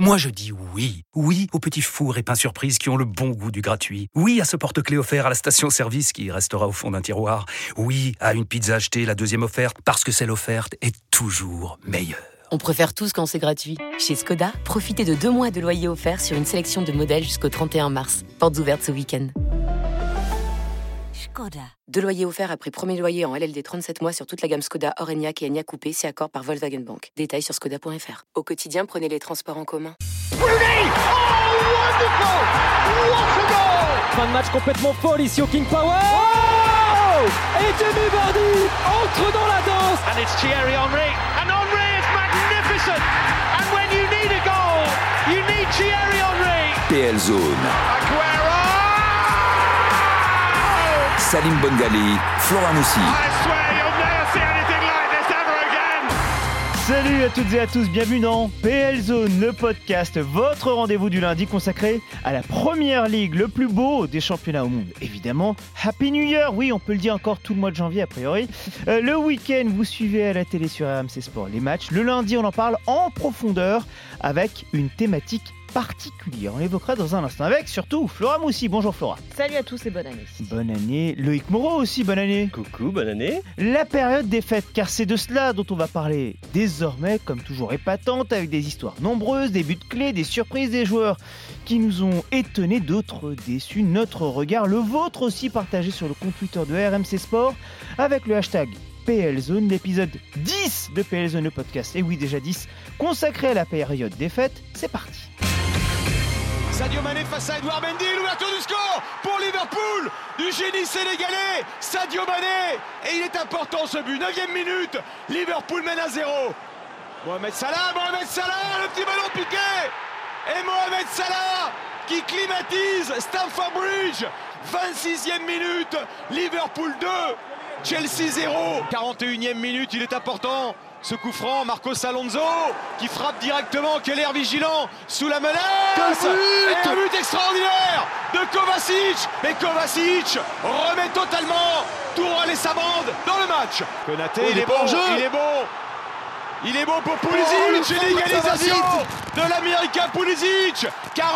Moi je dis oui. Oui aux petits fours et pains surprises qui ont le bon goût du gratuit. Oui à ce porte-clés offert à la station-service qui restera au fond d'un tiroir. Oui à une pizza achetée, la deuxième offerte, parce que celle offerte est toujours meilleure. On préfère tous quand c'est gratuit. Chez Skoda, profitez de 2 mois de loyer offert sur une sélection de modèles jusqu'au 31 mars. Portes ouvertes ce week-end. Skoda. 2 loyers offerts après premier loyer en LLD 37 mois sur toute la gamme Skoda, Orenia et Enyaq Coupé, c'est accord par Volkswagen Bank. Détails sur skoda.fr. Au quotidien, prenez les transports en commun. Rooney! Oh, wonderful! What a goal! Fin de match complètement folle ici au King Power. Oh! Et Jamie Vardy entre dans la danse. And it's Thierry Henry. And Henry is magnificent. And when you need a goal, you need Thierry Henry. PL Zone. Aguero! Salim Bongali, Florent Moussi. I swear you'll never see anything like this ever again. Salut à toutes et à tous, bienvenue dans PL Zone, le podcast, votre rendez-vous du lundi consacré à la première ligue, le plus beau des championnats au monde. Évidemment, Happy New Year, oui on peut le dire encore tout le mois de janvier a priori. Le week-end, vous suivez à la télé sur RMC Sport les matchs. Le lundi, on en parle en profondeur avec une thématique particulière. On l'évoquera dans un instant avec surtout Flora Moussi. Bonjour Flora. Salut à tous et bonne année. Bonne année. Loïc Moreau aussi, bonne année. Coucou, bonne année. La période des fêtes, car c'est de cela dont on va parler désormais, comme toujours épatante, avec des histoires nombreuses, des buts clés, des surprises des joueurs qui nous ont étonnés, d'autres déçus. Notre regard, le vôtre aussi, partagé sur le compte Twitter de RMC Sport avec le hashtag PL Zone, l'épisode 10 de PL Zone, le podcast. Et oui, déjà 10, consacré à la période des fêtes. C'est parti. Sadio Mané face à Edouard Mendy, l'ouverture du score pour Liverpool, du génie sénégalais, Sadio Mané, et il est important ce but, 9e minute, Liverpool mène à 0. Mohamed Salah, le petit ballon piqué, et Mohamed Salah qui climatise Stamford Bridge, 26e minute, Liverpool 2, Chelsea 0. 41e minute, il est important. Ce coup franc, Marcos Alonso qui frappe directement, quel air vigilant sous la menace. Et un but extraordinaire de Kovacic. Et Kovacic remet totalement Tourelle et sa bande dans le match. Konaté, il est bon, il est bon pour Pulisic, et l'égalisation de l'Américain Pulisic.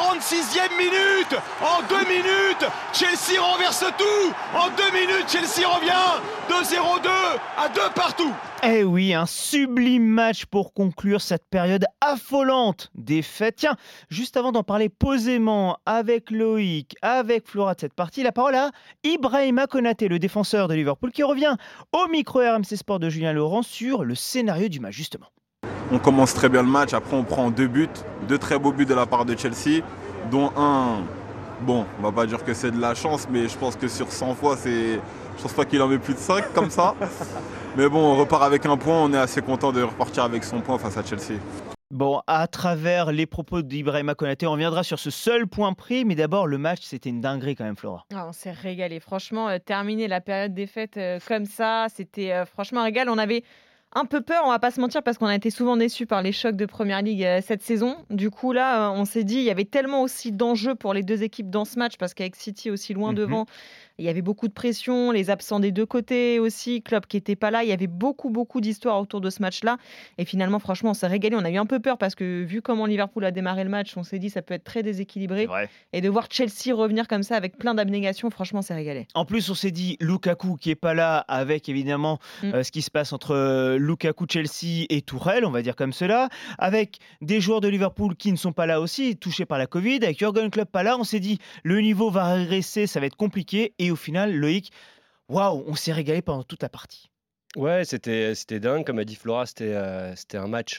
46e minute, en 2 minutes, Chelsea renverse tout. En 2 minutes, Chelsea revient de 0-2 à 2 partout. Eh oui, un sublime match pour conclure cette période affolante des fêtes. Tiens, juste avant d'en parler posément avec Loïc, avec Flora de cette partie, la parole à Ibrahima Konaté, le défenseur de Liverpool, qui revient au micro RMC Sport de Julien Laurent sur le scénario du match, justement. On commence très bien le match, après on prend 2 buts, 2 très beaux buts de la part de Chelsea, dont un, bon, on va pas dire que c'est de la chance, mais je pense que sur 100 fois, je pense pas qu'il en met plus de 5 comme ça. Mais bon, on repart avec un point, on est assez content de repartir avec son point face à Chelsea. Bon, à travers les propos d'Ibrahima Konaté, on reviendra sur ce seul point pris, mais d'abord le match, c'était une dinguerie quand même, Flora. Ah, on s'est régalé, franchement, terminer la période des fêtes comme ça, c'était franchement un régal. On avait un peu peur, on va pas se mentir, parce qu'on a été souvent déçus par les chocs de Première Ligue cette saison. Du coup, là, on s'est dit, il y avait tellement aussi d'enjeux pour les deux équipes dans ce match, parce qu'avec City aussi loin devant, il y avait beaucoup de pression, les absents des deux côtés aussi, Klopp qui n'était pas là. Il y avait beaucoup d'histoires autour de ce match-là. Et finalement, franchement, on s'est régalé. On a eu un peu peur parce que vu comment Liverpool a démarré le match, on s'est dit ça peut être très déséquilibré. Et de voir Chelsea revenir comme ça avec plein d'abnégation, franchement, on s'est régalé. En plus, on s'est dit Lukaku qui n'est pas là avec évidemment ce qui se passe entre Lukaku, Chelsea et Tourelle, on va dire comme cela. Avec des joueurs de Liverpool qui ne sont pas là aussi, touchés par la Covid. Avec Jürgen Klopp pas là, on s'est dit le niveau va régresser, ça va être compliqué. Et au final, Loïc, waouh, on s'est régalé pendant toute la partie. Ouais, c'était dingue. Comme a dit Flora, c'était un match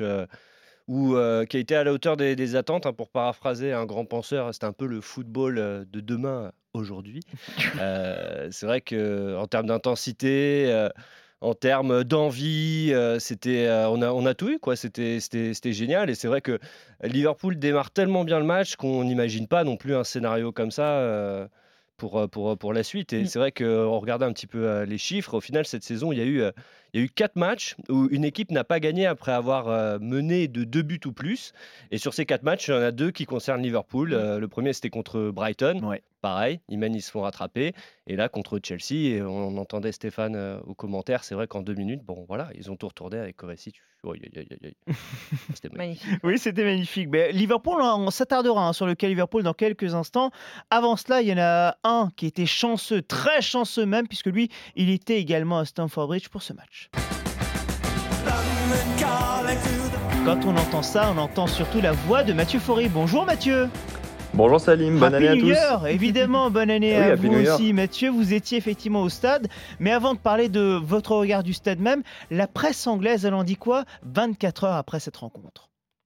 qui a été à la hauteur des attentes. Pour paraphraser un grand penseur, c'était un peu le football de demain aujourd'hui. C'est vrai qu'en termes d'intensité, en termes d'envie, on a tout eu, quoi. C'était génial. Et c'est vrai que Liverpool démarre tellement bien le match qu'on n'imagine pas non plus un scénario comme ça. Pour la suite. Et c'est vrai qu'on regardait un petit peu les chiffres. Au final, cette saison, il y a eu Il y a eu 4 matchs où une équipe n'a pas gagné après avoir mené de 2 buts ou plus. Et sur ces 4 matchs, il y en a 2 qui concernent Liverpool. Le premier, c'était contre Brighton. Ouais. Pareil, ils se font rattraper. Et là, contre Chelsea, et on entendait Stéphane aux commentaires, c'est vrai qu'en 2 minutes, bon voilà, ils ont tout retourné avec Kovacic. C'était Magnifique. Oui, c'était magnifique. Mais Liverpool, on s'attardera sur le cas Liverpool dans quelques instants. Avant cela, il y en a un qui était chanceux, très chanceux même, puisque lui, il était également à Stamford Bridge pour ce match. Quand on entend ça, on entend surtout la voix de Mathieu Faury. Bonjour Mathieu. Bonjour Salim, bonne année à tous. Happy New Year, évidemment, bonne année à vous aussi Mathieu. Vous étiez effectivement au stade, mais avant de parler de votre regard du stade même, la presse anglaise, elle en dit quoi 24 heures après cette rencontre?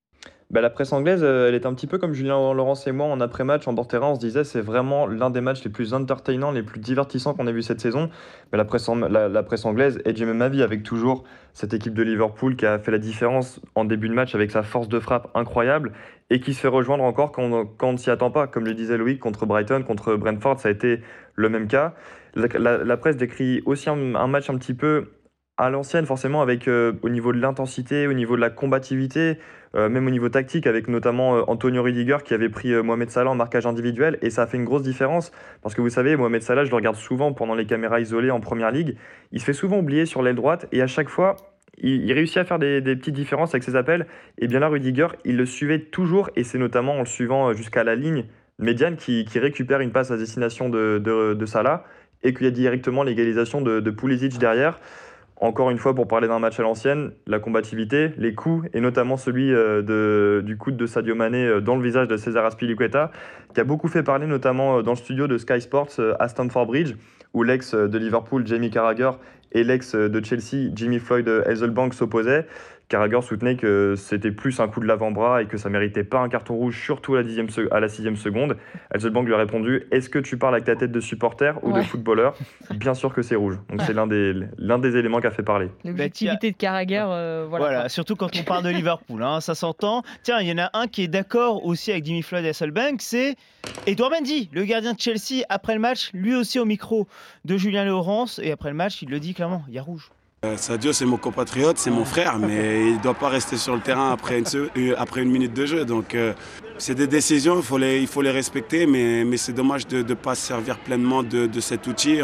La presse anglaise, elle est un petit peu comme Julien Laurence et moi en après-match, en bord terrain, on se disait c'est vraiment l'un des matchs les plus entertainants, les plus divertissants qu'on ait vu cette saison. Mais la presse anglaise, et j'ai même avis avec toujours cette équipe de Liverpool qui a fait la différence en début de match avec sa force de frappe incroyable et qui se fait rejoindre encore quand on ne s'y attend pas. Comme le disait Loïc, contre Brighton, contre Brentford, ça a été le même cas. La presse décrit aussi un match un petit peu à l'ancienne, forcément, avec au niveau de l'intensité, au niveau de la combativité, même au niveau tactique, avec notamment Antonio Rudiger qui avait pris Mohamed Salah en marquage individuel, et ça a fait une grosse différence, parce que vous savez, Mohamed Salah, je le regarde souvent pendant les caméras isolées en Première Ligue, il se fait souvent oublier sur l'aile droite, et à chaque fois, il réussit à faire des petites différences avec ses appels, et bien là, Rudiger, il le suivait toujours, et c'est notamment en le suivant jusqu'à la ligne médiane qui récupère une passe à destination de Salah, et qu'il y a directement l'égalisation de Pulisic derrière. Encore une fois, pour parler d'un match à l'ancienne, la combativité, les coups, et notamment celui du coude de Sadio Mané dans le visage de César Azpilicueta, qui a beaucoup fait parler, notamment dans le studio de Sky Sports à Stamford Bridge, où l'ex de Liverpool, Jamie Carragher, et l'ex de Chelsea, Jimmy Floyd Hasselbank, s'opposaient. Carragher soutenait que c'était plus un coup de l'avant-bras et que ça méritait pas un carton rouge, surtout à la 6e seconde. Hasselbank lui a répondu: est-ce que tu parles avec ta tête de supporter ou de footballeur? Bien sûr que c'est rouge. Donc c'est l'un des éléments qui a fait parler. L'objectivité de Carragher, voilà, surtout quand on parle de Liverpool, ça s'entend. Tiens, il y en a un qui est d'accord aussi avec Jimmy Floyd Hasselbank, c'est Edouard Mendy, le gardien de Chelsea. Après le match, lui aussi au micro de Julien Laurence, et après le match, il le dit clairement, il y a rouge. Sadio, c'est mon compatriote, c'est mon frère, mais il ne doit pas rester sur le terrain après une minute de jeu. Donc, c'est des décisions, il faut les respecter, mais c'est dommage de ne pas se servir pleinement de cet outil.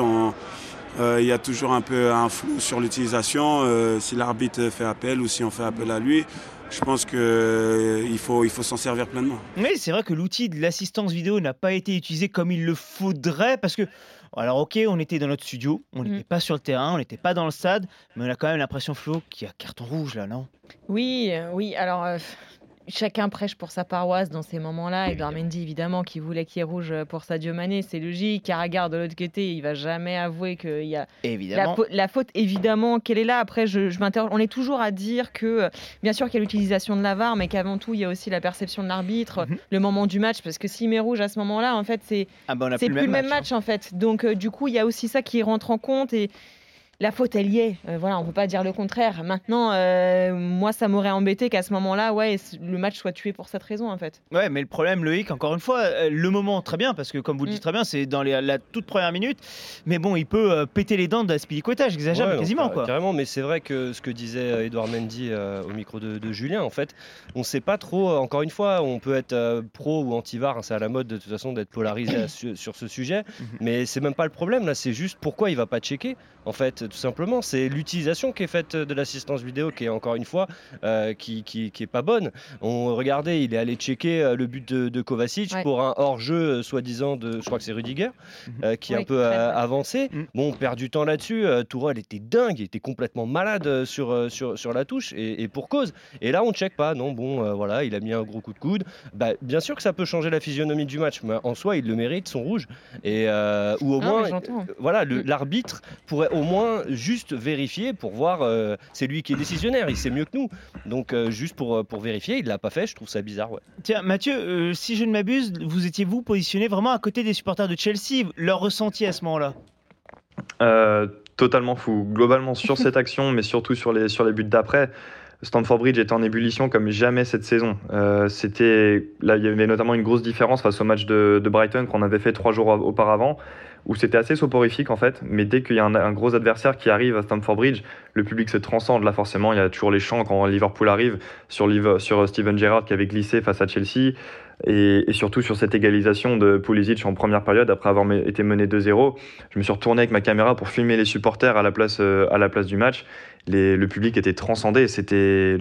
Il y a toujours un peu un flou sur l'utilisation, si l'arbitre fait appel ou si on fait appel à lui. Je pense qu'il faut s'en servir pleinement. Oui, c'est vrai que l'outil de l'assistance vidéo n'a pas été utilisé comme il le faudrait, parce que, alors ok, on était dans notre studio, on n'était pas sur le terrain, on n'était pas dans le stade, mais on a quand même l'impression, Flo, qu'il y a carton rouge là, non? Oui, alors chacun prêche pour sa paroisse dans ces moments-là. Edouard Mendy, évidemment, qui voulait qu'il y ait rouge pour Sadio Mané, c'est logique. Carragher, de l'autre côté, il va jamais avouer qu'il y a la faute, évidemment, qu'elle est là. Après, je m'interroge. On est toujours à dire que, bien sûr, qu'il y a l'utilisation de la VAR, mais qu'avant tout, il y a aussi la perception de l'arbitre, le moment du match, parce que s'il met rouge à ce moment-là, en fait, c'est plus le même match, en fait. Donc, du coup, il y a aussi ça qui rentre en compte, et la faute, elle y est. Voilà, on ne peut pas dire le contraire. Maintenant, moi, ça m'aurait embêté qu'à ce moment-là, le match soit tué pour cette raison, en fait. Ouais, mais le problème, Loïc, encore une fois, le moment, très bien, parce que comme vous le dites très bien, c'est dans la toute première minute. Mais bon, il peut péter les dents d'Azpilicueta, j'exagère, mais quasiment, quoi. Carrément, mais c'est vrai que ce que disait Edouard Mendy au micro de Julien, en fait, on ne sait pas trop. Encore une fois, on peut être pro ou anti-VAR, c'est à la mode de toute façon d'être polarisé sur ce sujet. Mais c'est même pas le problème, là, c'est juste pourquoi il ne va pas checker. En fait, tout simplement, c'est l'utilisation qui est faite de l'assistance vidéo qui est encore une fois qui est pas bonne. Regardez, il est allé checker le but de Kovacic pour un hors-jeu soi-disant je crois que c'est Rudiger qui est un peu avancé. Bon, on perd du temps là-dessus. Tourelle était dingue, il était complètement malade sur la touche et pour cause. Et là, on ne check pas. Non, bon, voilà, il a mis un gros coup de coude. Bien sûr que ça peut changer la physionomie du match, mais en soi, il le mérite, son rouge. Et ou au moins, voilà, l'arbitre pourrait au moins juste vérifier pour voir, c'est lui qui est décisionnaire, il sait mieux que nous, donc juste pour vérifier, il l'a pas fait, je trouve ça bizarre. Tiens Mathieu, si je ne m'abuse, vous étiez-vous positionné vraiment à côté des supporters de Chelsea, leur ressenti à ce moment-là? Totalement fou, globalement sur cette action, mais surtout sur les buts d'après. Stamford Bridge était en ébullition comme jamais cette saison. Là, il y avait notamment une grosse différence face au match de Brighton qu'on avait fait 3 jours auparavant, où c'était assez soporifique en fait, mais dès qu'il y a un gros adversaire qui arrive à Stamford Bridge, le public se transcende. Là forcément, il y a toujours les chants quand Liverpool arrive sur Steven Gerrard qui avait glissé face à Chelsea, et surtout sur cette égalisation de Pulisic en première période après avoir été mené 2-0. Je me suis retourné avec ma caméra pour filmer les supporters à la place du match. Le public était transcendé, c'était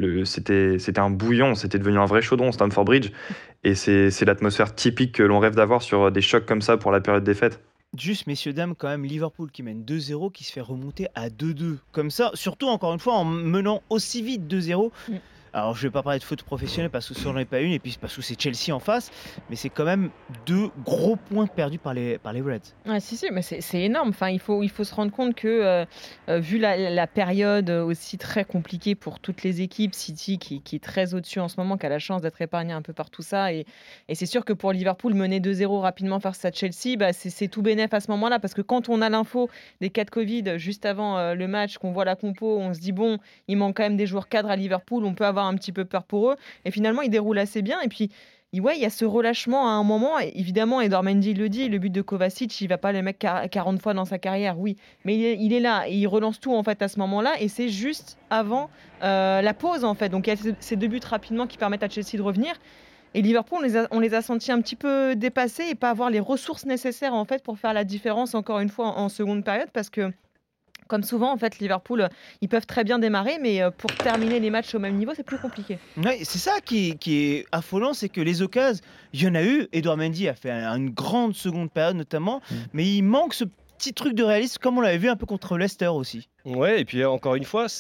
un bouillon, c'était devenu un vrai chaudron Stamford Bridge, et c'est l'atmosphère typique que l'on rêve d'avoir sur des chocs comme ça pour la période des fêtes. Juste, messieurs, dames, quand même, Liverpool qui mène 2-0, qui se fait remonter à 2-2. Comme ça, surtout, encore une fois, en menant aussi vite 2-0. Alors, je ne vais pas parler de faute professionnelle parce que ça n'en est pas une, et puis parce que c'est Chelsea en face, mais c'est quand même 2 gros points perdus par les Reds. Ouais, si, mais c'est énorme. Enfin, il faut se rendre compte que, vu la période aussi très compliquée pour toutes les équipes, City qui est très au-dessus en ce moment, qui a la chance d'être épargné un peu par tout ça, et c'est sûr que pour Liverpool, mener 2-0 rapidement face à Chelsea, c'est tout bénef à ce moment-là, parce que quand on a l'info des cas de Covid juste avant le match, qu'on voit la compo, on se dit bon, il manque quand même des joueurs cadres à Liverpool, on peut avoir un petit peu peur pour eux, et finalement ils déroulent assez bien, et puis il y a ce relâchement à un moment, et évidemment Edouard Mendy le dit, le but de Kovacic, il va pas le mettre 40 fois dans sa carrière, oui, mais il est là, et il relance tout en fait à ce moment-là, et c'est juste avant la pause en fait, donc il y a ces 2 buts rapidement qui permettent à Chelsea de revenir, et Liverpool on les a sentis un petit peu dépassés et pas avoir les ressources nécessaires en fait pour faire la différence encore une fois en seconde période, parce que comme souvent, en fait, Liverpool, ils peuvent très bien démarrer, mais pour terminer les matchs au même niveau, c'est plus compliqué. Ouais, c'est ça qui est affolant, c'est que les occasions, il y en a eu. Edouard Mendy a fait une grande seconde période notamment, mais il manque ce petit truc de réalisme, comme on l'avait vu un peu contre Leicester aussi. Ouais, et puis encore une fois,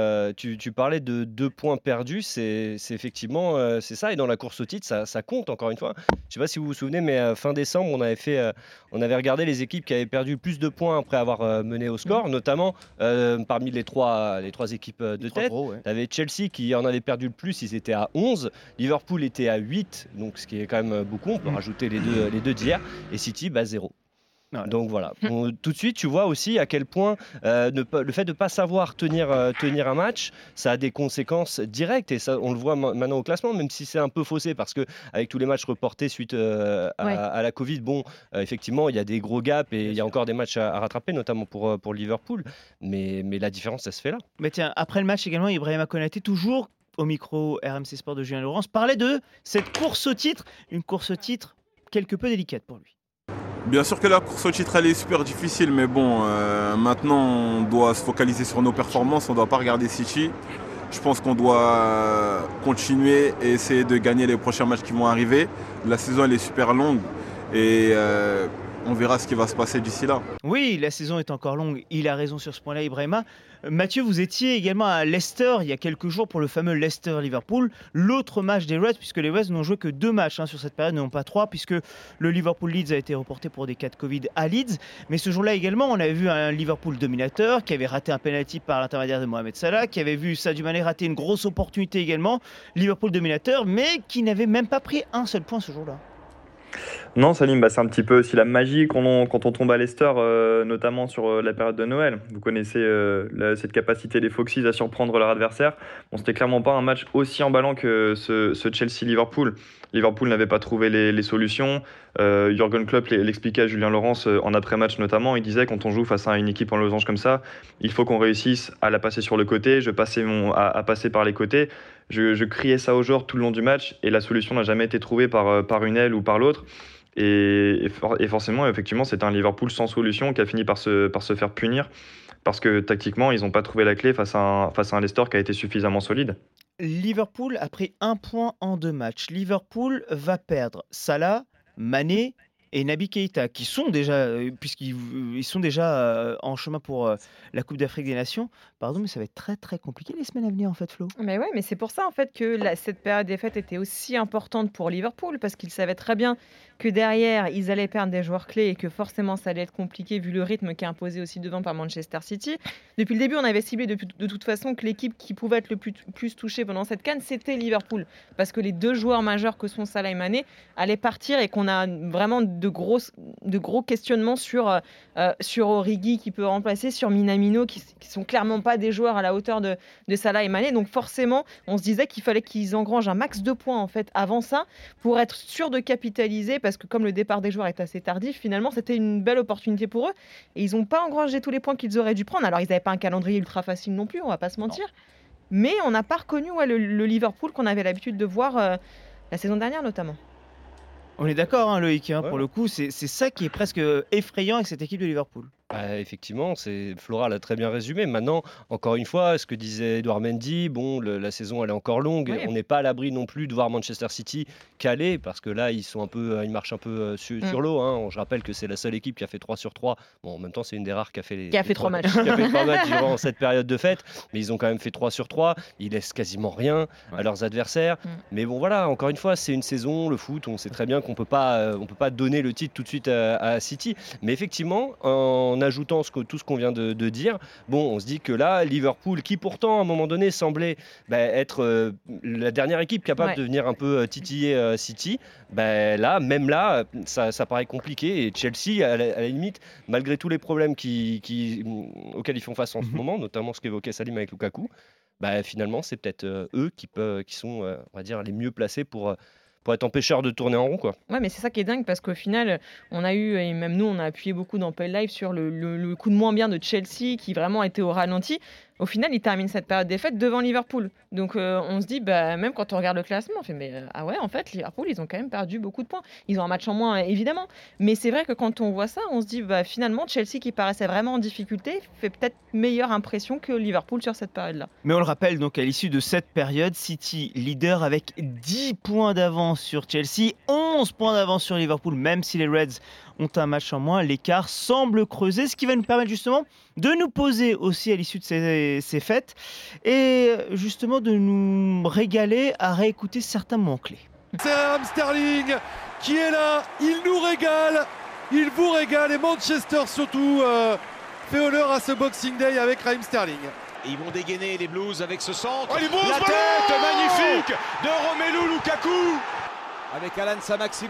tu parlais de 2 points perdus, c'est effectivement c'est ça, et dans la course au titre, ça compte encore une fois. Je ne sais pas si vous vous souvenez, mais fin décembre, on avait regardé les équipes qui avaient perdu le plus de points après avoir mené au score, notamment parmi les trois équipes de tête. Tu avais Chelsea qui en avait perdu le plus, ils étaient à 11, Liverpool était à 8, donc ce qui est quand même beaucoup, on peut rajouter les deux d'hier, et City, 0. Voilà. Donc voilà, tout de suite tu vois aussi à quel point le fait de ne pas savoir tenir un match, ça a des conséquences directes, et ça on le voit maintenant au classement, même si c'est un peu faussé parce qu'avec tous les matchs reportés suite à la Covid, effectivement il y a des gros gaps et il y a encore des matchs à rattraper, notamment pour Liverpool, mais la différence ça se fait là. Mais tiens, après le match également, Ibrahima Konaté, toujours au micro RMC Sport de Julien Laurence, parlait de cette course au titre, une course au titre quelque peu délicate pour lui. Bien sûr que la course au titre elle est super difficile, mais bon, maintenant on doit se focaliser sur nos performances, on ne doit pas regarder City. Je pense qu'on doit continuer et essayer de gagner les prochains matchs qui vont arriver. La saison elle est super longue et on verra ce qui va se passer d'ici là. Oui, la saison est encore longue, il a raison sur ce point-là Ibrahima. Mathieu, vous étiez également à Leicester il y a quelques jours pour le fameux Leicester-Liverpool, l'autre match des Reds, puisque les Reds n'ont joué que 2 matchs sur cette période, non pas 3, puisque le Liverpool-Leeds a été reporté pour des cas de Covid à Leeds. Mais ce jour-là également, on avait vu un Liverpool dominateur qui avait raté un penalty par l'intermédiaire de Mohamed Salah, qui avait vu Sadio Mané rater une grosse opportunité également. Liverpool dominateur, mais qui n'avait même pas pris un seul point ce jour-là. Non, Salim, c'est un petit peu aussi la magie quand on tombe à Leicester, notamment sur la période de Noël. Vous connaissez cette capacité des Foxes à surprendre leur adversaire. Bon, c'était clairement pas un match aussi emballant que ce Chelsea-Liverpool. Liverpool n'avait pas trouvé les solutions. Jürgen Klopp l'expliquait à Julien Laurence en après-match notamment. Il disait quand on joue face à une équipe en losange comme ça, il faut qu'on réussisse à la passer sur le côté, à passer par les côtés. Je criais ça aux joueurs tout le long du match et la solution n'a jamais été trouvée par une aile ou par l'autre. Et forcément, effectivement, c'était un Liverpool sans solution qui a fini par se faire punir parce que tactiquement, ils n'ont pas trouvé la clé face à un Leicester qui a été suffisamment solide. Liverpool a pris 1 point en 2 matchs. Liverpool va perdre Salah, Mané et Naby Keïta, qui sont déjà, puisqu'ils sont déjà en chemin pour la Coupe d'Afrique des Nations. Pardon, mais ça va être très très compliqué les semaines à venir en fait, Flo. Mais ouais, mais c'est pour ça en fait que cette période des fêtes était aussi importante pour Liverpool, parce qu'ils savaient très bien que derrière ils allaient perdre des joueurs clés et que forcément ça allait être compliqué vu le rythme qui est imposé aussi devant par Manchester City. Depuis le début, on avait ciblé de toute façon que l'équipe qui pouvait être le plus touchée pendant cette CAN, c'était Liverpool, parce que les 2 joueurs majeurs que sont Salah et Mané allaient partir et qu'on a vraiment de gros questionnements sur Origi qui peut remplacer, sur Minamino qui sont clairement pas des joueurs à la hauteur de Salah et Mané. Donc forcément, on se disait qu'il fallait qu'ils engrangent un max de points en fait avant ça pour être sûr de capitaliser, parce que comme le départ des joueurs est assez tardif, finalement c'était une belle opportunité pour eux et ils n'ont pas engrangé tous les points qu'ils auraient dû prendre. Alors ils n'avaient pas un calendrier ultra facile non plus, on va pas se mentir, mais on n'a pas reconnu le Liverpool qu'on avait l'habitude de voir la saison dernière notamment. On est d'accord, Loïc, pour le coup, c'est ça qui est presque effrayant avec cette équipe de Liverpool. Effectivement, Flora l'a très bien résumé. Maintenant, encore une fois, ce que disait Edouard Mendy, la saison elle est encore longue. Oui. On n'est pas à l'abri non plus de voir Manchester City caler, parce que là, ils marchent un peu sur l'eau. Je rappelle que c'est la seule équipe qui a fait 3 sur 3. Bon, en même temps, c'est une des rares qui a fait 3 matchs. Qui a fait 3 matchs durant cette période de fête. Mais ils ont quand même fait 3 sur 3. Ils laissent quasiment rien à leurs adversaires. Mais bon, voilà, encore une fois, c'est une saison, le foot. On sait très bien qu'on peut pas donner le titre tout de suite à City. Mais effectivement, en ajoutant tout ce qu'on vient de dire, on se dit que là, Liverpool, qui pourtant à un moment donné semblait être la dernière équipe capable de venir un peu titiller City, même là, ça paraît compliqué. Et Chelsea, à la limite, malgré tous les problèmes auxquels ils font face en ce moment, notamment ce qu'évoquait Salim avec Lukaku, finalement, c'est peut-être eux qui sont, on va dire, les mieux placés pour être empêcheur de tourner en rond, quoi. Ouais, mais c'est ça qui est dingue, parce qu'au final, on a eu, et même nous, on a appuyé beaucoup dans Play Live sur le coup de moins bien de Chelsea, qui vraiment était au ralenti. Au final, il termine cette période des fêtes devant Liverpool. Donc, on se dit, même quand on regarde le classement, on fait, en fait, Liverpool, ils ont quand même perdu beaucoup de points. Ils ont un match en moins, évidemment. Mais c'est vrai que quand on voit ça, on se dit, finalement, Chelsea, qui paraissait vraiment en difficulté, fait peut-être meilleure impression que Liverpool sur cette période-là. Mais on le rappelle, donc, à l'issue de cette période, City leader avec 10 points d'avance sur Chelsea, 11 points d'avance sur Liverpool, même si les Reds ont un match en moins, l'écart semble creuser, ce qui va nous permettre justement de nous poser aussi à l'issue de ces fêtes et justement de nous régaler à réécouter certains moments clés. C'est Raheem Sterling qui est là, il nous régale, il vous régale, et Manchester surtout fait honneur à ce Boxing Day avec Raheem Sterling. Et ils vont dégainer les Blues avec ce centre. Oh, la tête magnifique de Romelu Lukaku. Avec Alan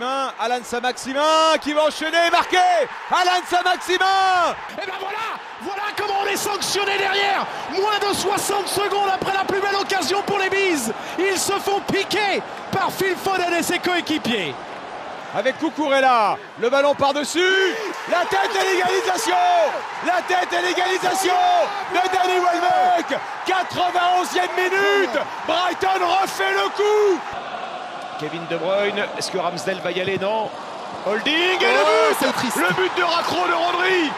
Saint-Maximin qui va enchaîner et marquer. Alan Saint-Maximin. Et voilà comment on est sanctionné derrière. Moins de 60 secondes après la plus belle occasion pour les Bees. Ils se font piquer par Phil Foden et ses coéquipiers. Avec Cucurella, le ballon par-dessus. La tête et l'égalisation de Danny Welbeck. 91e minute. Brighton refait le coup. Kevin De Bruyne, est-ce que Ramsdale va y aller? Non. Holding et le but de raccro de Rodri.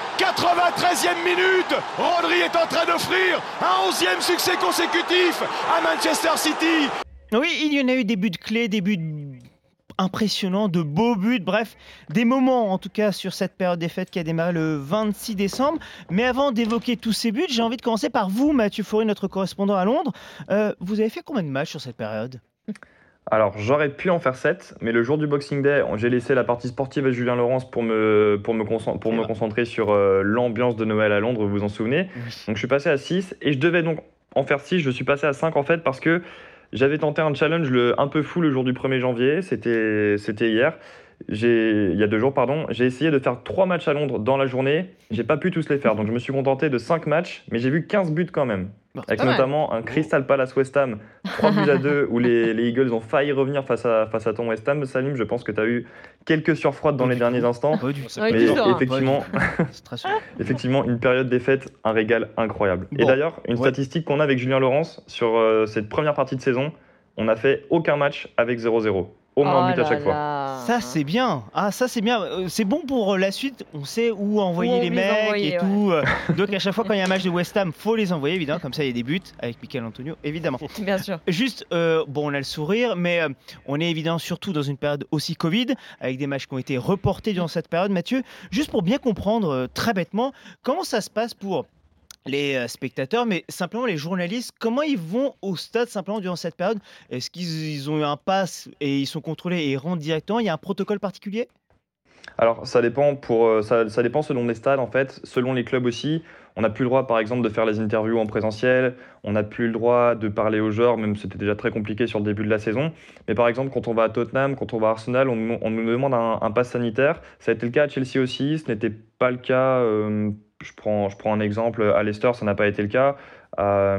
93e minute. Rodri est en train d'offrir un 11e succès consécutif à Manchester City. Oui, il y en a eu des buts clés, des buts impressionnants, de beaux buts, bref, des moments en tout cas sur cette période des fêtes qui a démarré le 26 décembre. Mais avant d'évoquer tous ces buts, j'ai envie de commencer par vous, Mathieu Faury, notre correspondant à Londres. Vous avez fait combien de matchs sur cette période ? Alors, j'aurais pu en faire 7, mais le jour du Boxing Day, j'ai laissé la partie sportive à Julien Laurence pour me concentrer sur l'ambiance de Noël à Londres, vous vous en souvenez. Donc, je suis passé à 6 et je devais donc en faire 6. Je suis passé à 5 en fait parce que j'avais tenté un challenge un peu fou le jour du 1er janvier. C'était hier. Il y a 2 jours, pardon. J'ai essayé de faire 3 matchs à Londres dans la journée. J'ai pas pu tous les faire, donc je me suis contenté de 5 matchs, mais j'ai vu 15 buts quand même. Avec notamment un Crystal Palace West Ham 3-2 où les Eagles ont failli revenir face à ton West Ham. Salim, je pense que tu as eu quelques surfroides dans les derniers instants. Mais effectivement, une période des fêtes, un régal incroyable. Et d'ailleurs, une statistique qu'on a avec Julien Laurence sur cette première partie de saison, on n'a fait aucun match avec 0-0. Au moins un but à chaque fois. Ça, c'est bien. Ça, c'est bien. C'est bon pour la suite. On sait où envoyer les mecs et tout. Donc, à chaque fois, quand il y a un match de West Ham, faut les envoyer, évidemment. Comme ça, il y a des buts avec Michael Antonio, évidemment. Bien sûr. Juste, on a le sourire, mais on est évidemment surtout dans une période aussi Covid, avec des matchs qui ont été reportés durant cette période. Mathieu, juste pour bien comprendre très bêtement, comment ça se passe pour les spectateurs, mais simplement les journalistes, comment ils vont au stade simplement durant cette période? Est-ce qu'ils ont eu un pass et ils sont contrôlés et ils rentrent directement? Il y a un protocole particulier? Alors ça dépend ça dépend selon les stades en fait, selon les clubs aussi. On n'a plus le droit, par exemple, de faire les interviews en présentiel. On n'a plus le droit de parler aux joueurs, même c'était déjà très compliqué sur le début de la saison. Mais par exemple, quand on va à Tottenham, quand on va à Arsenal, on nous demande un pass sanitaire. Ça a été le cas à Chelsea aussi. Ce n'était pas le cas. Je prends un exemple. À Leicester, ça n'a pas été le cas. À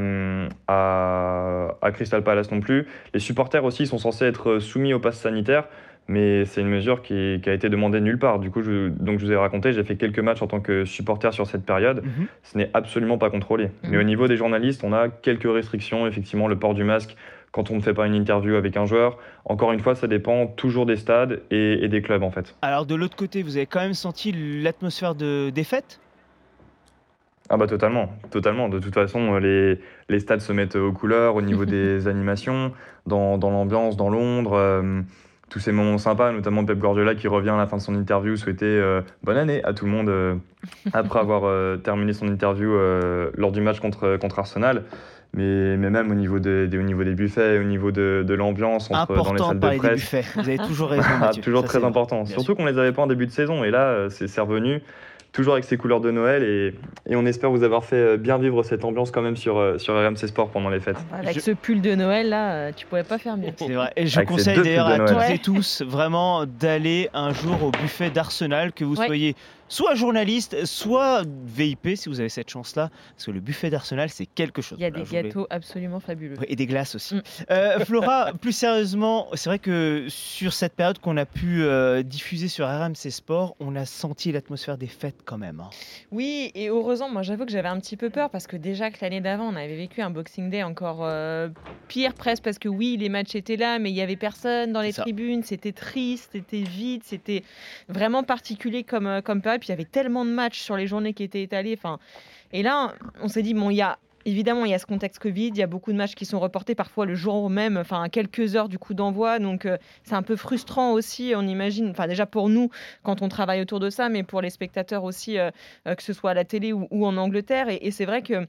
Crystal Palace non plus. Les supporters aussi sont censés être soumis au pass sanitaire. Mais c'est une mesure qui a été demandée nulle part. Du coup, je vous ai raconté, j'ai fait quelques matchs en tant que supporter sur cette période. Ce n'est absolument pas contrôlé. Mais au niveau des journalistes, on a quelques restrictions. Effectivement, le port du masque quand on ne fait pas une interview avec un joueur. Encore une fois, ça dépend toujours des stades et des clubs en fait. Alors de l'autre côté, vous avez quand même senti l'atmosphère de défaite ? Ah bah totalement. De toute façon, les stades se mettent aux couleurs au niveau des animations, dans l'ambiance, dans Londres. Tous ces moments sympas, notamment Pep Guardiola qui revient à la fin de son interview souhaiter bonne année à tout le monde après avoir terminé son interview lors du match contre Arsenal. Mais même au niveau des buffets, au niveau de l'ambiance dans les salles de presse. Des buffets. Vous avez toujours raison, Mathieu. Toujours ça, très important. Surtout qu'on ne les avait pas en début de saison. Et là, c'est revenu. Toujours avec ses couleurs de Noël et on espère vous avoir fait bien vivre cette ambiance quand même sur RMC Sport pendant les fêtes. Avec ce pull de Noël là, tu pourrais pas faire mieux. C'est vrai. Et je conseille d'ailleurs à toutes et tous vraiment d'aller un jour au buffet d'Arsenal, que vous soyez soit journaliste, soit VIP si vous avez cette chance-là, parce que le buffet d'Arsenal c'est quelque chose. Il y a des gâteaux absolument fabuleux. Et des glaces aussi. Flora, plus sérieusement, c'est vrai que sur cette période qu'on a pu diffuser sur RMC Sport, on a senti l'atmosphère des fêtes quand même. Oui, et heureusement, moi j'avoue que j'avais un petit peu peur parce que déjà que l'année d'avant, on avait vécu un Boxing Day encore pire presque, parce que oui, les matchs étaient là, mais il n'y avait personne dans les tribunes, c'était triste, c'était vide, c'était vraiment particulier comme période. Puis il y avait tellement de matchs sur les journées qui étaient étalées. Et là, on s'est dit, bon, évidemment, il y a ce contexte Covid, il y a beaucoup de matchs qui sont reportés parfois le jour même, à quelques heures du coup d'envoi. Donc, c'est un peu frustrant aussi, on imagine, déjà pour nous, quand on travaille autour de ça, mais pour les spectateurs aussi, que ce soit à la télé ou en Angleterre. Et c'est vrai que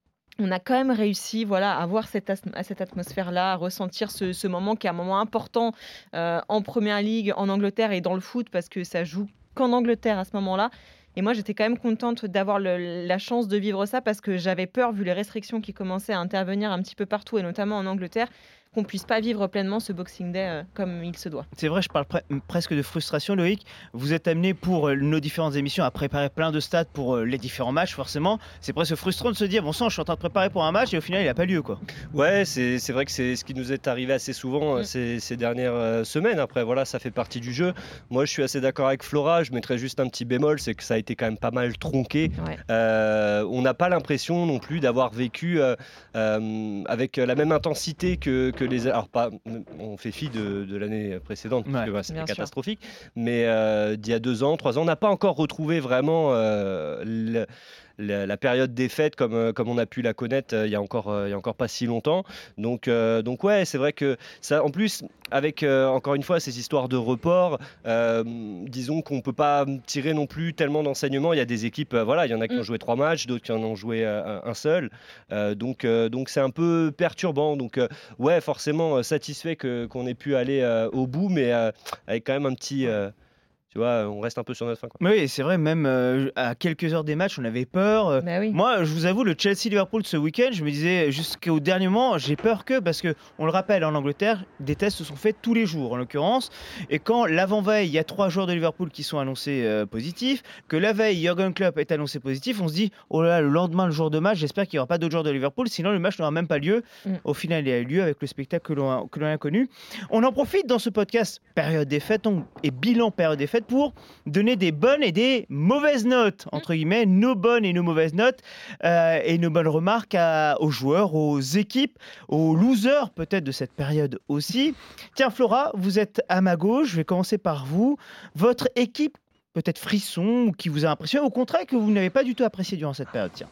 on a quand même réussi à avoir cette atmosphère-là, à ressentir ce moment qui est un moment important en Première Ligue, en Angleterre et dans le foot, parce que ça joue qu'en Angleterre à ce moment-là. Et moi, j'étais quand même contente d'avoir la chance de vivre ça, parce que j'avais peur, vu les restrictions qui commençaient à intervenir un petit peu partout, et notamment en Angleterre, qu'on ne puisse pas vivre pleinement ce Boxing Day comme il se doit. C'est vrai, je parle presque de frustration, Loïc. Vous êtes amené pour nos différentes émissions à préparer plein de stats pour les différents matchs, forcément. C'est presque frustrant de se dire, bon sang, je suis en train de préparer pour un match et au final, il n'a pas lieu, quoi. Ouais, c'est vrai que c'est ce qui nous est arrivé assez souvent ces dernières semaines. Après, voilà, ça fait partie du jeu. Moi, je suis assez d'accord avec Flora. Je mettrais juste un petit bémol, c'est que ça a été quand même pas mal tronqué. On n'a pas l'impression non plus d'avoir vécu avec la même intensité que les... Alors, on fait fi de l'année précédente, parce que c'était catastrophique, mais d'il y a 2 ans, 3 ans, on n'a pas encore retrouvé vraiment la période des fêtes comme on a pu la connaître il y a encore pas si longtemps. Donc ouais, c'est vrai que ça, en plus, avec encore une fois ces histoires de report, disons qu'on peut pas tirer non plus tellement d'enseignements. Il y a des équipes, il y en a qui ont joué 3 matchs, d'autres qui en ont joué un seul. Donc c'est un peu perturbant. Donc ouais, forcément satisfait qu'on ait pu aller au bout, mais avec quand même un petit... Tu vois, on reste un peu sur notre fin, quoi. Oui, c'est vrai, même à quelques heures des matchs, on avait peur. Moi, je vous avoue, le Chelsea-Liverpool ce week-end, je me disais jusqu'au dernier moment, j'ai peur parce qu'on le rappelle, en Angleterre, des tests se sont faits tous les jours, en l'occurrence. Et quand l'avant-veille, il y a 3 joueurs de Liverpool qui sont annoncés positifs, que la veille, Jürgen Klopp est annoncé positif, on se dit, oh là là, le lendemain, le jour de match, j'espère qu'il n'y aura pas d'autres joueurs de Liverpool, sinon le match n'aura même pas lieu. Au final, il a eu lieu avec le spectacle que l'on a connu. On en profite dans ce podcast période des fêtes et bilan période des fêtes pour donner des bonnes et des mauvaises notes, entre guillemets, nos bonnes et nos mauvaises notes, et nos bonnes remarques aux joueurs, aux équipes, aux losers peut-être de cette période aussi. Tiens Flora, vous êtes à ma gauche, je vais commencer par vous. Votre équipe peut-être frisson, ou qui vous a impressionné, au contraire que vous n'avez pas du tout apprécié durant cette période, tiens.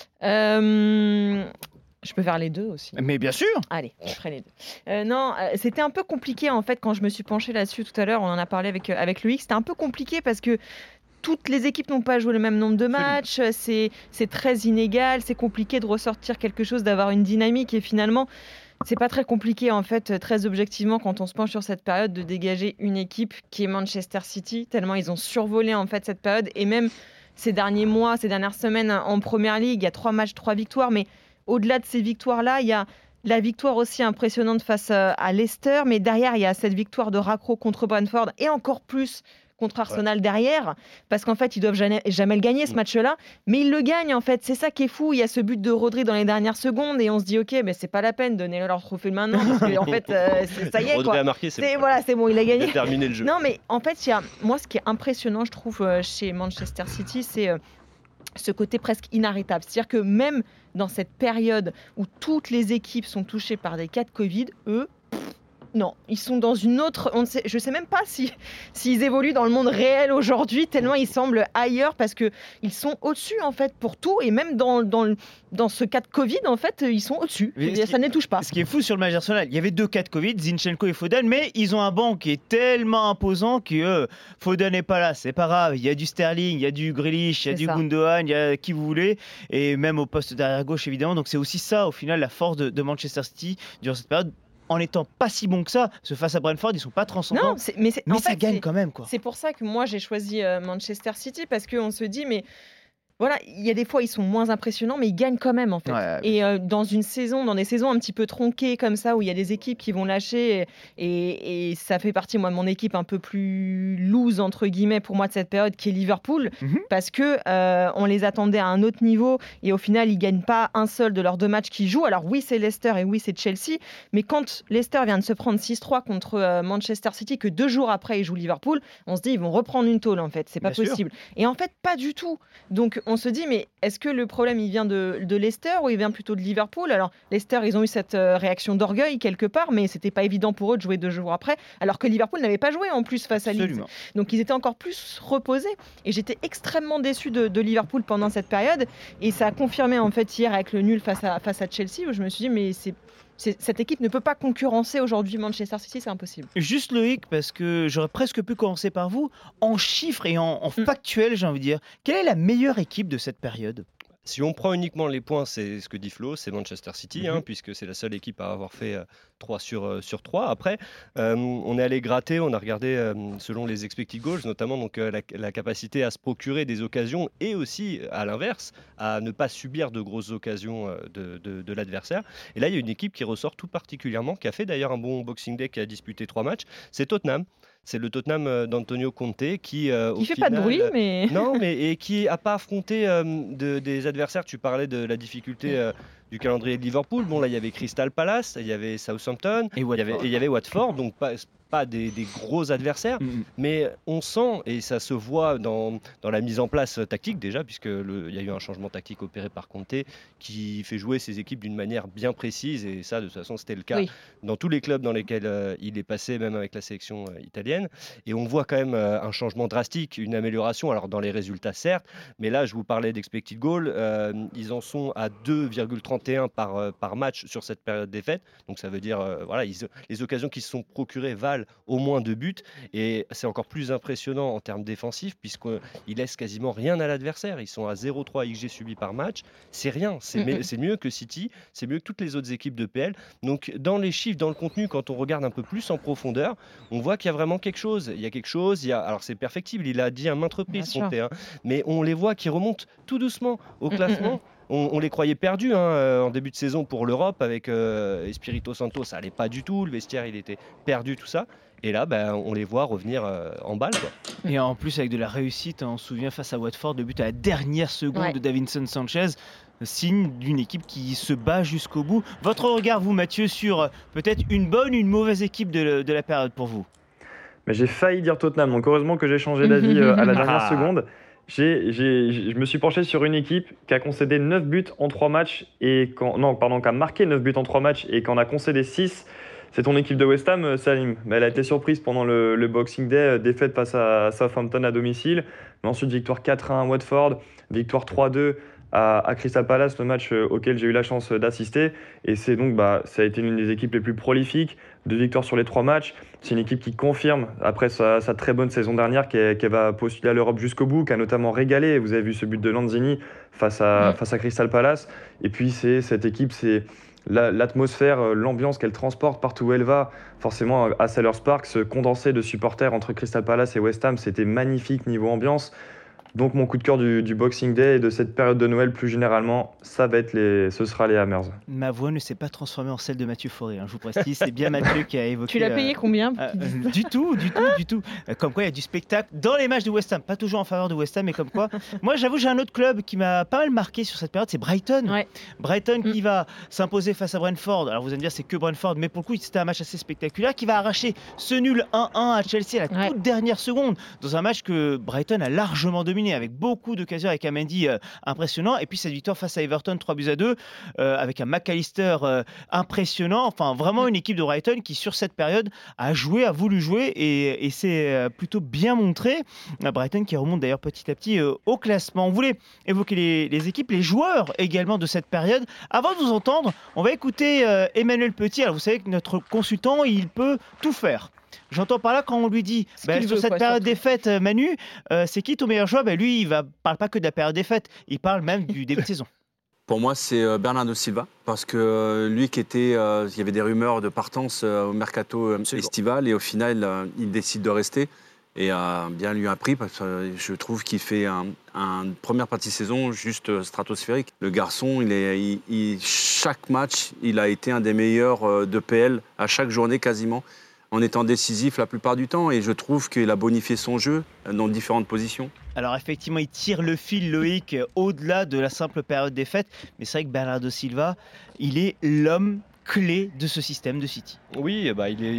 Je peux faire les deux aussi. Mais bien sûr. Allez, je ferai les deux. Non, c'était un peu compliqué en fait quand je me suis penchée là-dessus tout à l'heure. On en a parlé avec Loïc. C'était un peu compliqué parce que toutes les équipes n'ont pas joué le même nombre de matchs. C'est très inégal. C'est compliqué de ressortir quelque chose, d'avoir une dynamique. Et finalement, c'est pas très compliqué en fait, très objectivement, quand on se penche sur cette période, de dégager une équipe qui est Manchester City. Tellement ils ont survolé en fait cette période, et même ces derniers mois, ces dernières semaines en Première Ligue. Il y a 3 matchs, 3 victoires, mais au-delà de ces victoires-là, il y a la victoire aussi impressionnante face à Leicester, mais derrière, il y a cette victoire de raccro contre Brentford et encore plus contre Arsenal derrière, parce qu'en fait, ils doivent jamais le gagner ce match-là, mais ils le gagnent en fait. C'est ça qui est fou. Il y a ce but de Rodri dans les dernières secondes et on se dit ok, mais c'est pas la peine, donnez-leur leur trophée maintenant parce que en fait, ça y est Rodri a marqué, c'est bon, il a gagné. Il a terminé le jeu. Non, mais en fait, moi, ce qui est impressionnant, je trouve, chez Manchester City, c'est ce côté presque inarrêtable. C'est-à-dire que même dans cette période où toutes les équipes sont touchées par des cas de Covid, eux, non, ils sont dans une autre... je ne sais même pas s'ils évoluent dans le monde réel aujourd'hui, tellement ils semblent ailleurs, parce qu'ils sont au-dessus, en fait, pour tout. Et même dans ce cas de Covid, en fait, ils sont au-dessus. Ça ne les touche pas. Ce qui est fou sur le match d'Arsenal, il y avait 2 cas de Covid, Zinchenko et Foden, mais ils ont un banc qui est tellement imposant que Foden n'est pas là, c'est pas grave. Il y a du Sterling, il y a du Grealish, il y a du Gundogan, il y a qui vous voulez, et même au poste derrière gauche, évidemment. Donc c'est aussi ça, au final, la force de Manchester City durant cette période. En étant pas si bon que ça, parce que face à Brentford, ils sont pas transcendants. Non, mais ça gagne quand même, quoi. C'est pour ça que moi j'ai choisi Manchester City, parce qu'on se dit, mais voilà, il y a des fois ils sont moins impressionnants, mais ils gagnent quand même en fait. Et dans des saisons un petit peu tronquées comme ça, où il y a des équipes qui vont lâcher, et ça fait partie moi de mon équipe un peu plus loose entre guillemets pour moi de cette période, qui est Liverpool, parce que on les attendait à un autre niveau, et au final ils gagnent pas un seul de leurs 2 matchs qu'ils jouent. Alors oui, c'est Leicester et oui, c'est Chelsea, mais quand Leicester vient de se prendre 6-3 contre Manchester City, que 2 jours après ils jouent Liverpool, on se dit ils vont reprendre une tôle en fait, c'est pas possible. Et en fait pas du tout. Donc on se dit, mais est-ce que le problème il vient de Leicester ou il vient plutôt de Liverpool? Alors Leicester, ils ont eu cette réaction d'orgueil quelque part, mais c'était pas évident pour eux de jouer 2 jours après, alors que Liverpool n'avait pas joué en plus face à Leeds. Donc ils étaient encore plus reposés, et j'étais extrêmement déçu de Liverpool pendant cette période, et ça a confirmé en fait hier avec le nul face à Chelsea, où je me suis dit, mais cette équipe ne peut pas concurrencer aujourd'hui Manchester City, c'est impossible. Juste Loïc, parce que j'aurais presque pu commencer par vous, en chiffres et en factuel, j'ai envie de dire, quelle est la meilleure équipe de cette période ? Si on prend uniquement les points, c'est ce que dit Flo, c'est Manchester City, puisque c'est la seule équipe à avoir fait 3 sur 3. Après, on est allé gratter, on a regardé selon les expected goals, notamment donc, la capacité à se procurer des occasions, et aussi, à l'inverse, à ne pas subir de grosses occasions de l'adversaire. Et là, il y a une équipe qui ressort tout particulièrement, qui a fait d'ailleurs un bon Boxing Day, qui a disputé 3 matchs, c'est Tottenham. C'est le Tottenham d'Antonio Conte qui fait final, pas de bruit, mais non, et qui n'a pas affronté des adversaires. Tu parlais de la difficulté du calendrier de Liverpool. Bon, là, il y avait Crystal Palace, il y avait Southampton, il y avait Watford, donc pas des gros adversaires, mais on sent, et ça se voit dans la mise en place tactique déjà, puisqu'il y a eu un changement tactique opéré par Conte qui fait jouer ses équipes d'une manière bien précise, et ça de toute façon c'était le cas dans tous les clubs dans lesquels il est passé, même avec la sélection italienne, et on voit quand même un changement drastique, une amélioration, alors dans les résultats certes, mais là je vous parlais d'expected goal, ils en sont à 2,31 par match sur cette période des fêtes, donc ça veut dire les occasions qui se sont procurées valent au moins 2 buts, et c'est encore plus impressionnant en termes défensifs, puisqu'ils laissent quasiment rien à l'adversaire. Ils sont à 0,3 XG subi par match, c'est rien, c'est mieux que City, c'est mieux que toutes les autres équipes de PL. Donc dans les chiffres, dans le contenu, quand on regarde un peu plus en profondeur, on voit qu'il y a vraiment quelque chose, alors c'est perfectible, il a dit à maintes reprises Conte, mais on les voit qui remontent tout doucement au classement. On les croyait perdus en début de saison pour l'Europe avec Espirito Santo, ça allait pas du tout, le vestiaire il était perdu, tout ça. Et là, on les voit revenir en balle, quoi. Et en plus avec de la réussite, on se souvient face à Watford, le but à la dernière seconde de Davinson Sanchez, signe d'une équipe qui se bat jusqu'au bout. Votre regard, vous Mathieu, sur peut-être une bonne ou une mauvaise équipe de la période pour vous? Mais j'ai failli dire Tottenham, donc heureusement que j'ai changé d'avis à la dernière seconde. Je me suis penché sur une équipe qui a concédé 9 buts en 3 matchs, qui a marqué 9 buts en 3 matchs et qui en a concédé 6. C'est ton équipe de West Ham, Salim. Elle a été surprise pendant le Boxing Day, défaite face à Southampton à domicile. Mais ensuite, victoire 4-1 à Watford, victoire 3-2 à Crystal Palace, le match auquel j'ai eu la chance d'assister. Et c'est donc, ça a été l'une des équipes les plus prolifiques, 2 victoires sur les 3 matchs. C'est une équipe qui confirme, après sa très bonne saison dernière, qu'elle va postuler à l'Europe jusqu'au bout, qui a notamment régalé. Vous avez vu ce but de Lanzini face à Crystal Palace. Et puis, cette équipe, c'est l'atmosphère, l'ambiance qu'elle transporte partout où elle va. Forcément, à Selhurst Park, ce condensé de supporters entre Crystal Palace et West Ham, c'était magnifique niveau ambiance. Donc mon coup de cœur du Boxing Day et de cette période de Noël plus généralement, ce sera les Hammers. Ma voix ne s'est pas transformée en celle de Mathieu Fauré, je vous précise, c'est bien Mathieu qui a évoqué... Tu l'as payé combien pour qu'il dise ça Du tout. Comme quoi il y a du spectacle dans les matchs de West Ham, pas toujours en faveur de West Ham, mais comme quoi. Moi j'avoue j'ai un autre club qui m'a pas mal marqué sur cette période, c'est Brighton. Ouais. Brighton qui va s'imposer face à Brentford. Alors vous allez me dire c'est que Brentford, mais pour le coup c'était un match assez spectaculaire qui va arracher ce nul 1-1 à Chelsea à la toute dernière seconde, dans un match que Brighton a largement dominé avec beaucoup d'occasions, avec un Mendy impressionnant, et puis cette victoire face à Everton 3-2 avec un McAllister impressionnant. Enfin vraiment une équipe de Brighton qui sur cette période a voulu jouer et s'est plutôt bien montré. Brighton qui remonte d'ailleurs petit à petit au classement. On voulait évoquer les équipes, les joueurs également de cette période. Avant de vous entendre, on va écouter Emmanuel Petit. Alors vous savez que notre consultant, il peut tout faire. J'entends par là quand on lui dit sur cette période des fêtes, Manu, c'est qui ton meilleur joueur ? Lui, il ne parle pas que de la période des fêtes, il parle même du début de saison. Pour moi, c'est Bernardo Silva, parce que lui il y avait des rumeurs de partance au mercato estival, et au final, il décide de rester. Et a bien lui un prix, parce que je trouve qu'il fait une première partie de saison juste stratosphérique. Le garçon, chaque match, il a été un des meilleurs de PL, à chaque journée quasiment, en étant décisif la plupart du temps, et je trouve qu'il a bonifié son jeu dans différentes positions. Alors effectivement, il tire le fil, Loïc, au-delà de la simple période des fêtes, mais c'est vrai que Bernardo Silva, il est l'homme clé de ce système de City. Oui,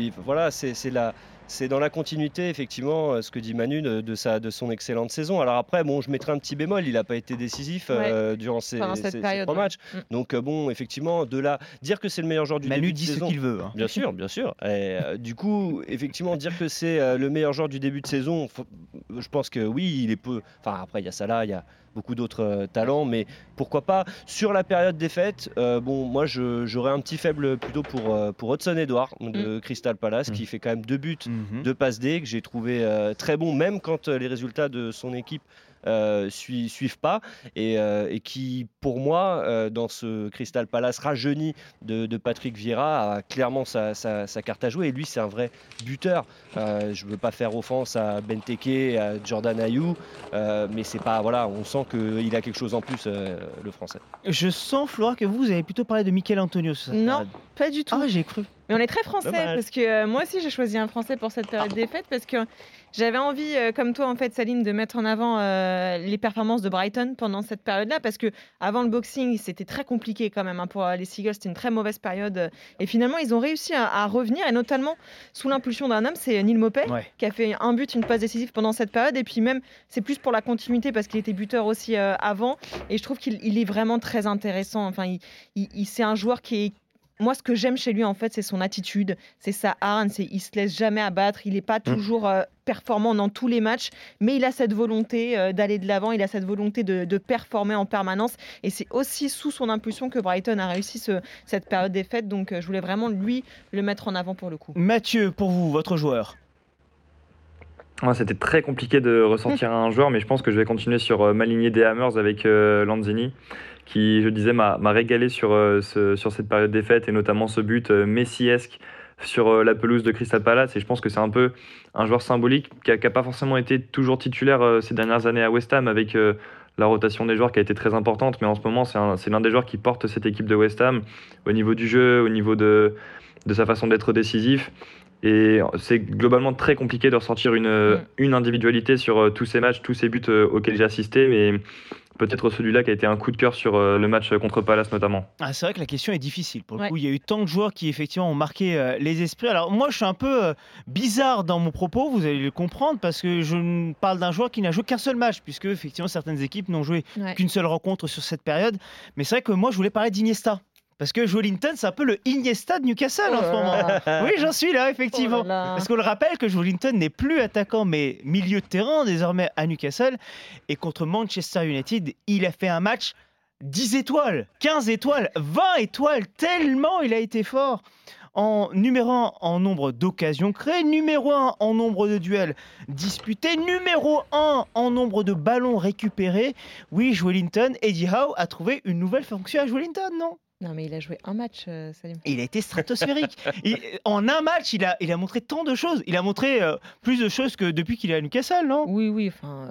c'est dans la continuité, effectivement, ce que dit Manu de son excellente saison. Alors après, je mettrai un petit bémol, il n'a pas été décisif durant ces 3 matchs. Donc effectivement, de là, dire que c'est le meilleur joueur du début de saison... Manu dit ce qu'il veut. Bien sûr. Et, du coup, effectivement, dire que c'est le meilleur joueur du début de saison, je pense que oui, il est peu... Enfin, après, il y a Salah, il y a beaucoup d'autres talents, mais pourquoi pas. Sur la période des fêtes, moi j'aurais un petit faible plutôt pour Hudson-Odoi de Crystal Palace, qui fait quand même 2 buts, 2 passes D, que j'ai trouvé très bon, même quand les résultats de son équipe suivent pas, et qui pour moi dans ce Crystal Palace rajeuni de Patrick Vieira a clairement sa carte à jouer, et lui c'est un vrai buteur. Je veux pas faire offense à Benteke, à Jordan Ayew, mais c'est pas, on sent qu'il a quelque chose en plus, le français. Je sens, Flora, que vous avez plutôt parlé de Michail Antonio. Non, pas du tout. Ah, j'ai cru. Mais on est très français, parce que moi aussi j'ai choisi un français pour cette période des fêtes, parce que j'avais envie, comme toi en fait Salim, de mettre en avant les performances de Brighton pendant cette période-là, parce que avant le boxing c'était très compliqué quand même pour les Seagulls, c'était une très mauvaise période, et finalement ils ont réussi à revenir, et notamment sous l'impulsion d'un homme, c'est Neil Maupay, qui a fait un but, une passe décisive pendant cette période, et puis même c'est plus pour la continuité parce qu'il était buteur aussi avant, et je trouve qu'il est vraiment très intéressant. Enfin, c'est un joueur qui est... Moi, ce que j'aime chez lui, en fait, c'est son attitude, c'est sa hargne, il se laisse jamais abattre, il n'est pas toujours performant dans tous les matchs, mais il a cette volonté d'aller de l'avant, il a cette volonté de performer en permanence, et c'est aussi sous son impulsion que Brighton a réussi cette période des fêtes, donc je voulais vraiment lui le mettre en avant pour le coup. Mathieu, pour vous, votre joueur ? C'était très compliqué de ressortir un joueur, mais je pense que je vais continuer sur ma lignée des Hammers avec Lanzini, qui, je disais, m'a régalé sur cette période des fêtes, et notamment ce but messiesque sur la pelouse de Crystal Palace. Et je pense que c'est un peu un joueur symbolique qui n'a pas forcément été toujours titulaire ces dernières années à West Ham, avec la rotation des joueurs qui a été très importante, mais en ce moment c'est l'un des joueurs qui porte cette équipe de West Ham au niveau du jeu, au niveau de sa façon d'être décisif. Et c'est globalement très compliqué de ressortir une individualité sur tous ces matchs, tous ces buts auxquels j'ai assisté, mais peut-être celui-là qui a été un coup de cœur sur le match contre Palace notamment. Ah, c'est vrai que la question est difficile. Pour le coup, il y a eu tant de joueurs qui effectivement ont marqué les esprits. Alors moi, je suis un peu bizarre dans mon propos, vous allez le comprendre, parce que je parle d'un joueur qui n'a joué qu'un seul match, puisque effectivement certaines équipes n'ont joué qu'une seule rencontre sur cette période. Mais c'est vrai que moi, je voulais parler d'Iniesta. Parce que Joelinton, c'est un peu le Iniesta de Newcastle en ce moment. Oui, j'en suis là, effectivement. Parce qu'on le rappelle que Joelinton n'est plus attaquant, mais milieu de terrain désormais à Newcastle. Et contre Manchester United, il a fait un match 10 étoiles, 15 étoiles, 20 étoiles, tellement il a été fort. Numéro 1 en nombre d'occasions créées, numéro 1 en nombre de duels disputés, numéro 1 en nombre de ballons récupérés. Oui, Joelinton, Eddie Howe a trouvé une nouvelle fonction à Joelinton, non ? Non, mais il a joué un match, Salim. Il a été stratosphérique. En un match, il a montré tant de choses. Il a montré plus de choses que depuis qu'il est à Newcastle, non ? Oui.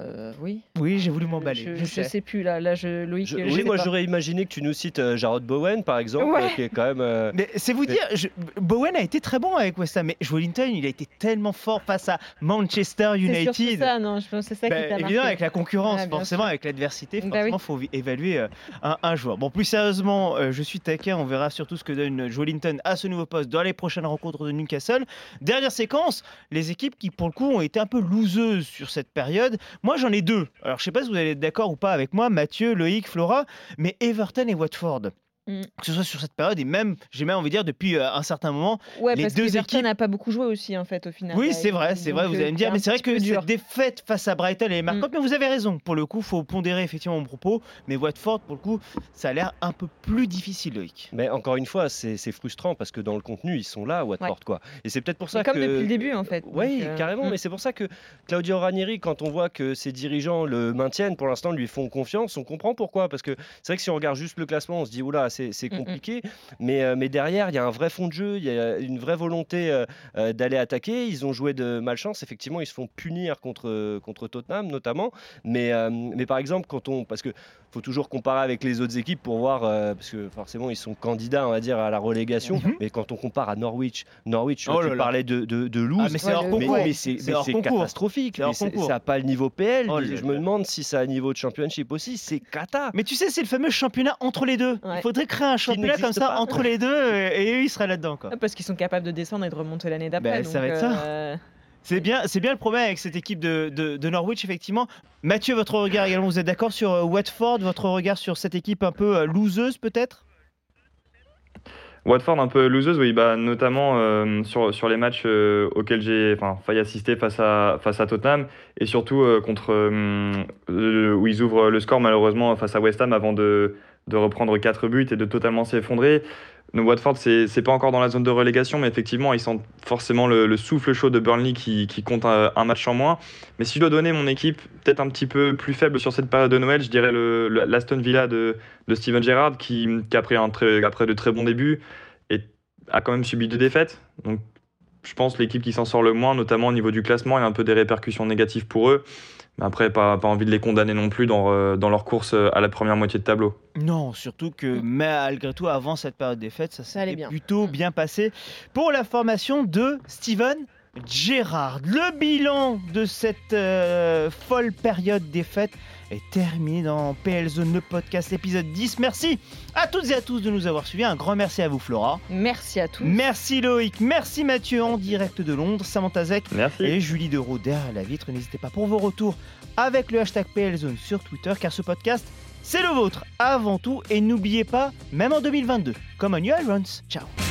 Oui, j'ai voulu m'emballer. Je sais plus, là Loïc. Moi, j'aurais imaginé que tu nous cites Jarrod Bowen, par exemple, qui est quand même... Mais c'est vous dire, Bowen a été très bon avec West Ham, mais Joelinton, il a été tellement fort face à Manchester United. C'est ça, non, je pense que c'est ça qui t'a marqué. Évidemment, avec la concurrence, forcément, avec l'adversité, forcément, il faut évaluer un joueur. Bon, plus sérieusement, je suis taquin, on verra surtout ce que donne Joelinton à ce nouveau poste dans les prochaines rencontres de Newcastle. Dernière séquence, les équipes qui, pour le coup, ont été un peu loseuses sur cette période. Moi, j'en ai deux. Alors, je ne sais pas si vous allez être d'accord ou pas avec moi, Mathieu, Loïc, Flora, mais Everton et Watford. Que ce soit sur cette période et même, j'ai même envie de dire, depuis un certain moment, les parce deux qu'Everton équipes n'a pas beaucoup joué aussi, en fait, au final. Oui, c'est vrai, vous allez me dire, mais c'est vrai que cette défaite face à Brighton, elle est marquante, mais vous avez raison. Pour le coup, il faut pondérer effectivement mon propos, mais Watford, pour le coup, ça a l'air un peu plus difficile, Loïc. Mais encore une fois, c'est frustrant parce que dans le contenu, ils sont là, Watford, quoi. Et c'est peut-être pour ça comme depuis le début, en fait. Oui, carrément, mais c'est pour ça que Claudio Ranieri, quand on voit que ses dirigeants le maintiennent, pour l'instant, lui font confiance, on comprend pourquoi. Parce que c'est vrai que si on regarde juste le classement, on se dit, oula, c'est compliqué. Mais derrière, il y a un vrai fond de jeu, il y a une vraie volonté d'aller attaquer. Ils ont joué de malchance. Effectivement, ils se font punir contre Tottenham, notamment. Mais par exemple, parce que faut toujours comparer avec les autres équipes pour voir, parce que forcément, ils sont candidats, on va dire, à la relégation. Mais quand on compare à Norwich, tu parlais de lose. Mais c'est hors concours. Mais c'est catastrophique. Ça n'a pas le niveau PL. Je me demande si ça a le niveau de Championship aussi. C'est cata. Mais tu sais, c'est le fameux championnat entre les deux. Il faudrait créer un championnat comme ça entre les deux et eux ils seraient là-dedans quoi. Parce qu'ils sont capables de descendre et de remonter l'année d'après. Ça va être ça. C'est bien le problème avec cette équipe de Norwich effectivement. Mathieu, votre regard également, vous êtes d'accord sur Watford, votre regard sur cette équipe un peu loseuse peut-être? Watford un peu loseuse, oui, notamment sur les matchs auxquels j'ai failli assister face à Tottenham et surtout où ils ouvrent le score malheureusement face à West Ham avant de reprendre 4 buts et de totalement s'effondrer. Donc Watford, c'est pas encore dans la zone de relégation, mais effectivement, ils sentent forcément le souffle chaud de Burnley qui compte un match en moins. Mais si je dois donner mon équipe peut-être un petit peu plus faible sur cette période de Noël, je dirais l'Aston Villa de Steven Gerrard qui après de très bons débuts a quand même subi 2 défaites. Donc je pense l'équipe qui s'en sort le moins, notamment au niveau du classement, il y a un peu des répercussions négatives pour eux. Mais après, pas envie de les condamner non plus dans leur course à la première moitié de tableau. Non, surtout que malgré tout, avant cette période des fêtes, ça s'est plutôt bien passé pour la formation de Steven Gerrard. Le bilan de cette folle période des fêtes est terminé dans PL Zone, le podcast épisode 10. Merci à toutes et à tous de nous avoir suivis. Un grand merci à vous Flora. Merci à tous. Merci Loïc, merci Mathieu en direct de Londres, Samantha Zek et Julie Deroux derrière la vitre. N'hésitez pas pour vos retours avec le hashtag PL Zone sur Twitter car ce podcast c'est le vôtre avant tout et n'oubliez pas, même en 2022, comme on you Irons. Ciao.